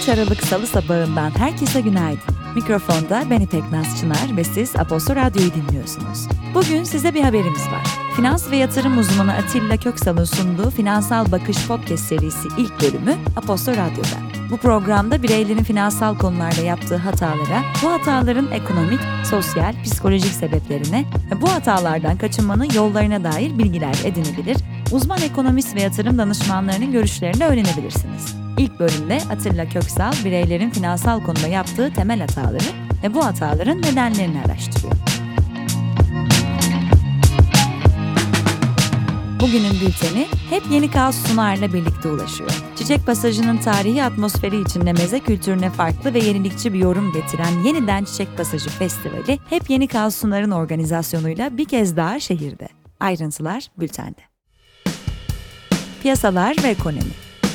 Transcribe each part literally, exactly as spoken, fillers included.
üç Aralık Salı sabahından herkese günaydın. Mikrofonda ben İpek Naz Çınar ve siz Aposto Radyo'yu dinliyorsunuz. Bugün size bir haberimiz var. Finans ve yatırım uzmanı Atilla Köksal'ın sunduğu Finansal Bakış Podcast serisi ilk bölümü Aposto Radyo'da. Bu programda bireylerin finansal konularda yaptığı hatalara, bu hataların ekonomik, sosyal, psikolojik sebeplerine ve bu hatalardan kaçınmanın yollarına dair bilgiler edinebilir, uzman ekonomist ve yatırım danışmanlarının görüşlerini öğrenebilirsiniz. İlk bölümde Atilla Köksal, bireylerin finansal konuda yaptığı temel hataları ve bu hataların nedenlerini araştırıyor. Bugünün bülteni hep yeni kaos sunarla birlikte ulaşıyor. Çiçek Pasajı'nın tarihi atmosferi içinde meze kültürüne farklı ve yenilikçi bir yorum getiren Yeniden Çiçek Pasajı Festivali hep yeni kaos sunarın organizasyonuyla bir kez daha şehirde. Ayrıntılar bültende. Piyasalar ve ekonomi.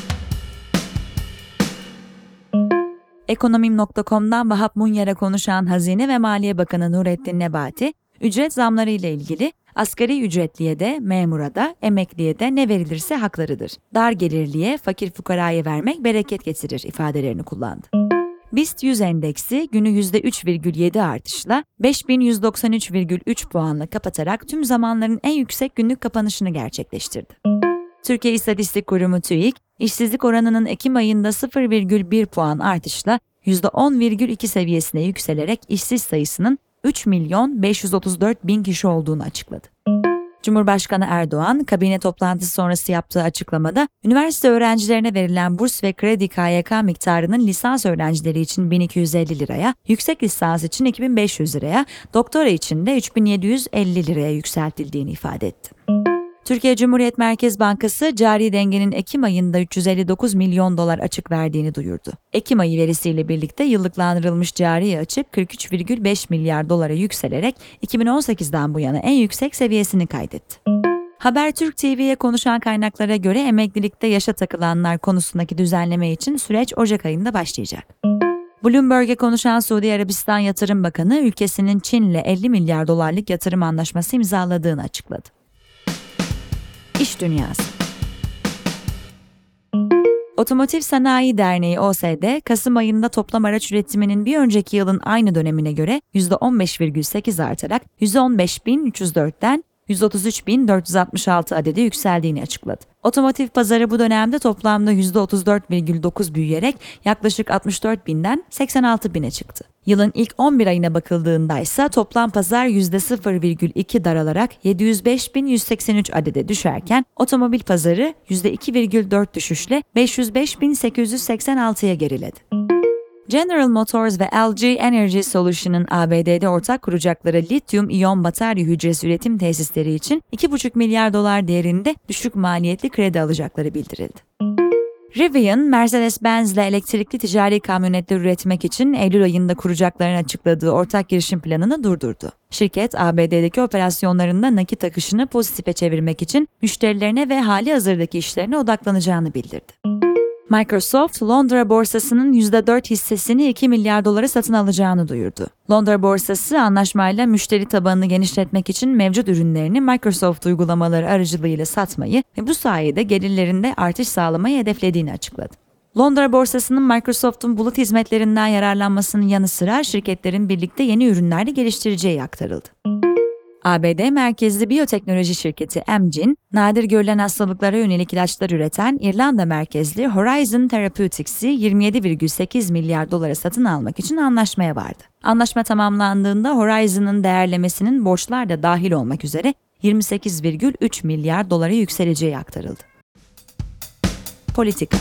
Ekonomim nokta com'dan Vahap Munyar'a konuşan Hazine ve Maliye Bakanı Nurettin Nebati, ücret zamları ile ilgili asgari ücretliye de, memura da, emekliye de ne verilirse haklarıdır. Dar gelirliye, fakir fukaraya vermek bereket getirir ifadelerini kullandı. BIST yüz endeksi günü yüzde üç virgül yedi artışla beş bin yüz doksan üç virgül üç puanla kapatarak tüm zamanların en yüksek günlük kapanışını gerçekleştirdi. Türkiye İstatistik Kurumu TÜİK, işsizlik oranının Ekim ayında sıfır virgül bir puan artışla yüzde on virgül iki seviyesine yükselerek işsiz sayısının üç milyon beş yüz otuz dört bin kişi olduğunu açıkladı. Cumhurbaşkanı Erdoğan, kabine toplantısı sonrası yaptığı açıklamada, üniversite öğrencilerine verilen burs ve kredi K Y K miktarının lisans öğrencileri için bin iki yüz elli liraya, yüksek lisans için iki bin beş yüz liraya, doktora için de üç bin yedi yüz elli liraya yükseltildiğini ifade etti. Türkiye Cumhuriyet Merkez Bankası, cari dengenin Ekim ayında üç yüz elli dokuz milyon dolar açık verdiğini duyurdu. Ekim ayı verisiyle birlikte yıllıklandırılmış cari açık kırk üç virgül beş milyar dolara yükselerek iki bin on sekizden bu yana en yüksek seviyesini kaydetti. Habertürk T V'ye konuşan kaynaklara göre emeklilikte yaşa takılanlar konusundaki düzenleme için süreç Ocak ayında başlayacak. Bloomberg'e konuşan Suudi Arabistan Yatırım Bakanı, ülkesinin Çin'le elli milyar dolarlık yatırım anlaşması imzaladığını açıkladı. İş dünyası. Otomotiv Sanayi Derneği O S D, Kasım ayında toplam araç üretiminin bir önceki yılın aynı dönemine göre yüzde on beş virgül sekiz artarak yüz on beş bin üç yüz dörtten yüz otuz üç bin dört yüz altmış altı adede yükseldiğini açıkladı. Otomotiv pazarı bu dönemde toplamda yüzde otuz dört virgül dokuz büyüyerek yaklaşık altmış dört binden seksen altı bine çıktı. Yılın ilk on bir ayına bakıldığında ise toplam pazar yüzde sıfır virgül iki daralarak yedi yüz beş bin yüz seksen üç adede düşerken otomobil pazarı yüzde iki virgül dört düşüşle beş yüz beş bin sekiz yüz seksen altıya geriledi. General Motors ve L G Energy Solution'ın A B D'de ortak kuracakları lityum iyon batarya hücresi üretim tesisleri için iki buçuk milyar dolar değerinde düşük maliyetli kredi alacakları bildirildi. Rivian, Mercedes-Benz ile elektrikli ticari kamyonetler üretmek için Eylül ayında kuracaklarını açıkladığı ortak girişim planını durdurdu. Şirket, A B D'deki operasyonlarında nakit akışını pozitife çevirmek için müşterilerine ve hali hazırdaki işlerine odaklanacağını bildirdi. Microsoft, Londra borsasının yüzde dört hissesini iki milyar dolara satın alacağını duyurdu. Londra borsası, anlaşmayla müşteri tabanını genişletmek için mevcut ürünlerini Microsoft uygulamaları aracılığıyla satmayı ve bu sayede gelirlerinde artış sağlamayı hedeflediğini açıkladı. Londra borsasının Microsoft'un bulut hizmetlerinden yararlanmasının yanı sıra şirketlerin birlikte yeni ürünler de geliştireceği aktarıldı. A B D merkezli biyoteknoloji şirketi Amgen, nadir görülen hastalıklara yönelik ilaçlar üreten İrlanda merkezli Horizon Therapeutics'i yirmi yedi virgül sekiz milyar dolara satın almak için anlaşmaya vardı. Anlaşma tamamlandığında Horizon'ın değerlemesinin borçlar da dahil olmak üzere yirmi sekiz virgül üç milyar dolara yükseleceği aktarıldı. Politika.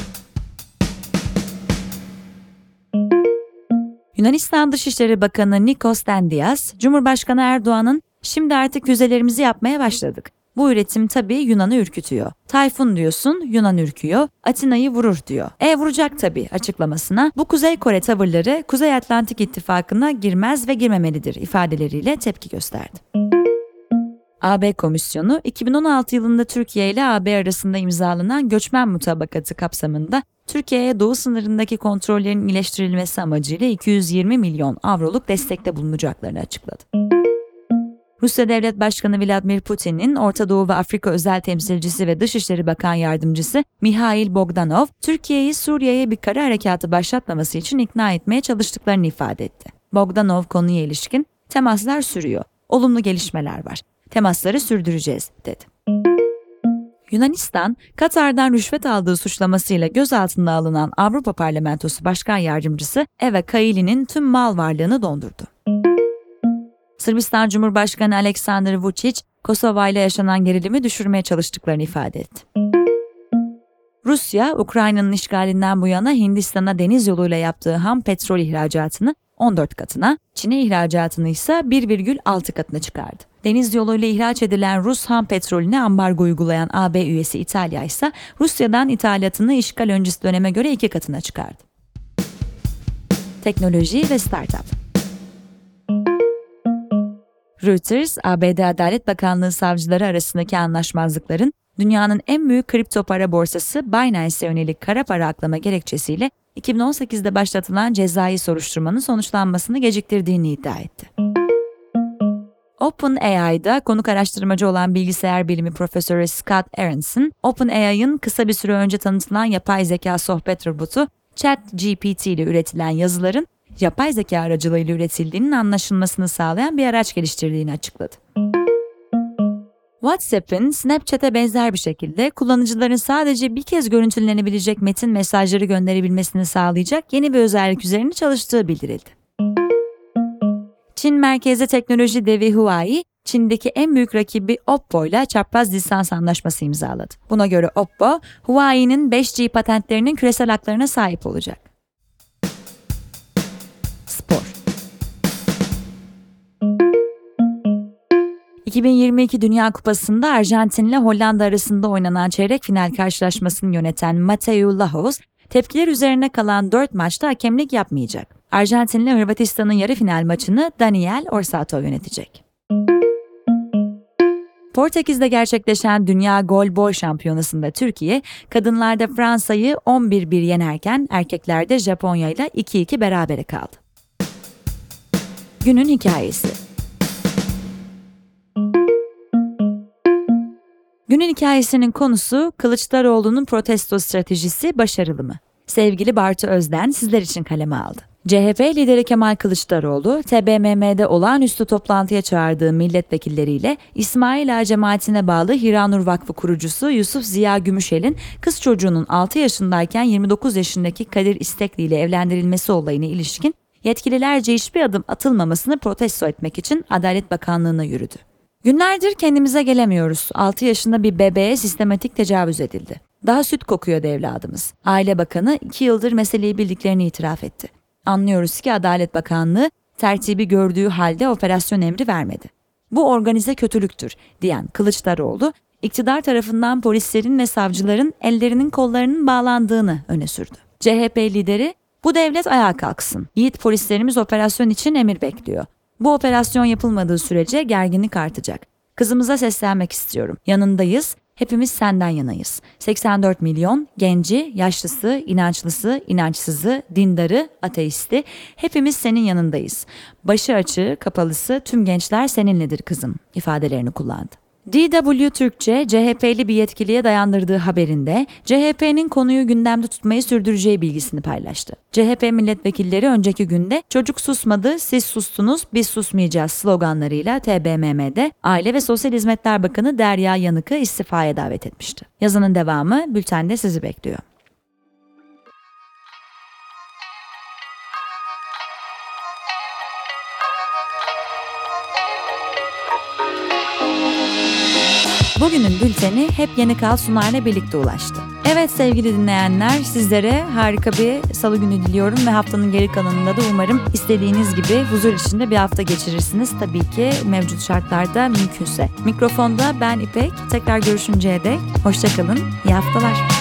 Yunanistan Dışişleri Bakanı Nikos Dendias, Cumhurbaşkanı Erdoğan'ın "Şimdi artık füzelerimizi yapmaya başladık. Bu üretim tabii Yunan'ı ürkütüyor. Tayfun diyorsun, Yunan ürküyor. Atina'yı vurur diyor. E vuracak tabii" açıklamasına bu Kuzey Kore tavırları Kuzey Atlantik İttifakı'na girmez ve girmemelidir ifadeleriyle tepki gösterdi. A B Komisyonu, iki bin on altı yılında Türkiye ile A B arasında imzalanan göçmen mutabakatı kapsamında Türkiye'ye doğu sınırındaki kontrollerin iyileştirilmesi amacıyla iki yüz yirmi milyon avroluk destekte bulunacaklarını açıkladı. Rusya Devlet Başkanı Vladimir Putin'in Orta Doğu ve Afrika özel temsilcisi ve Dışişleri Bakan Yardımcısı Mikhail Bogdanov, Türkiye'yi Suriye'ye bir kara harekatı başlatmaması için ikna etmeye çalıştıklarını ifade etti. Bogdanov konuya ilişkin, temaslar sürüyor, olumlu gelişmeler var, temasları sürdüreceğiz, dedi. Yunanistan, Katar'dan rüşvet aldığı suçlamasıyla gözaltına alınan Avrupa Parlamentosu Başkan Yardımcısı Eva Kaili'nin tüm mal varlığını dondurdu. Sırbistan Cumhurbaşkanı Aleksandar Vučić, Kosova ile yaşanan gerilimi düşürmeye çalıştıklarını ifade etti. Rusya, Ukrayna'nın işgalinden bu yana Hindistan'a deniz yoluyla yaptığı ham petrol ihracatını on dört katına, Çin'e ihracatını ise bir virgül altı katına çıkardı. Deniz yoluyla ihraç edilen Rus ham petrolüne ambargo uygulayan A B üyesi İtalya ise Rusya'dan ithalatını işgal öncesi döneme göre iki katına çıkardı. Teknoloji ve startup. Reuters, A B D Adalet Bakanlığı savcıları arasındaki anlaşmazlıkların dünyanın en büyük kripto para borsası Binance'e yönelik kara para aklama gerekçesiyle iki bin on sekizde başlatılan cezai soruşturmanın sonuçlanmasını geciktirdiğini iddia etti. OpenAI'da konuk araştırmacı olan bilgisayar bilimi profesörü Scott Aronson, OpenAI'ın kısa bir süre önce tanıtılan yapay zeka sohbet robotu ChatGPT ile üretilen yazıların yapay zeka aracılığıyla üretildiğinin anlaşılmasını sağlayan bir araç geliştirdiğini açıkladı. WhatsApp'ın Snapchat'e benzer bir şekilde kullanıcıların sadece bir kez görüntülenebilecek metin mesajları gönderebilmesini sağlayacak yeni bir özellik üzerine çalıştığı bildirildi. Çin merkezli teknoloji devi Huawei, Çin'deki en büyük rakibi Oppo ile çapraz lisans anlaşması imzaladı. Buna göre Oppo, Huawei'nin beş G patentlerinin küresel haklarına sahip olacak. Spor. iki bin yirmi iki Dünya Kupası'nda Arjantin ile Hollanda arasında oynanan çeyrek final karşılaşmasını yöneten Mateu Lahoz, tepkiler üzerine kalan dört maçta hakemlik yapmayacak. Arjantin ile Hırvatistan'ın yarı final maçını Daniel Orsato yönetecek. Portekiz'de gerçekleşen Dünya Golbol Şampiyonası'nda Türkiye, kadınlarda Fransa'yı on bir bir yenerken erkeklerde Japonya ile iki iki berabere kaldı. Günün hikayesi. Günün hikayesinin konusu Kılıçdaroğlu'nun protesto stratejisi başarılı mı? Sevgili Bartu Özden sizler için kaleme aldı. C H P lideri Kemal Kılıçdaroğlu, T B M M'de olağanüstü toplantıya çağırdığı milletvekilleriyle İsmail Ağa cemaatine bağlı Hiranur Vakfı kurucusu Yusuf Ziya Gümüşel'in kız çocuğunun altı yaşındayken yirmi dokuz yaşındaki Kadir İstekli ile evlendirilmesi olayına ilişkin yetkililerce hiçbir adım atılmamasını protesto etmek için Adalet Bakanlığı'na yürüdü. Günlerdir kendimize gelemiyoruz. altı yaşında bir bebeğe sistematik tecavüz edildi. Daha süt kokuyordu evladımız. Aile Bakanı iki yıldır meseleyi bildiklerini itiraf etti. Anlıyoruz ki Adalet Bakanlığı tertibi gördüğü halde operasyon emri vermedi. Bu organize kötülüktür diyen Kılıçdaroğlu, iktidar tarafından polislerin ve savcıların ellerinin kollarının bağlandığını öne sürdü. C H P lideri, bu devlet ayağa kalksın. Yiğit polislerimiz operasyon için emir bekliyor. Bu operasyon yapılmadığı sürece gerginlik artacak. Kızımıza seslenmek istiyorum. Yanındayız, hepimiz senden yanayız. seksen dört milyon genci, yaşlısı, inançlısı, inançsızı, dindarı, ateisti, hepimiz senin yanındayız. Başı açığı, kapalısı tüm gençler seninledir kızım ifadelerini kullandı. D W Türkçe, C H P'li bir yetkiliye dayandırdığı haberinde C H P'nin konuyu gündemde tutmayı sürdüreceği bilgisini paylaştı. C H P milletvekilleri önceki günde "Çocuk susmadı, siz sustunuz, biz susmayacağız" sloganlarıyla T B M M'de Aile ve Sosyal Hizmetler Bakanı Derya Yanık'ı istifaya davet etmişti. Yazının devamı bültende sizi bekliyor. Bugünün bülteni Hep Yeni Kal Sunar'la birlikte ulaştı. Evet sevgili dinleyenler, sizlere harika bir salı günü diliyorum ve haftanın geri kalanında da umarım istediğiniz gibi huzur içinde bir hafta geçirirsiniz. Tabii ki mevcut şartlarda mümkünse. Mikrofonda ben İpek. Tekrar görüşünceye dek hoşça kalın, iyi haftalar.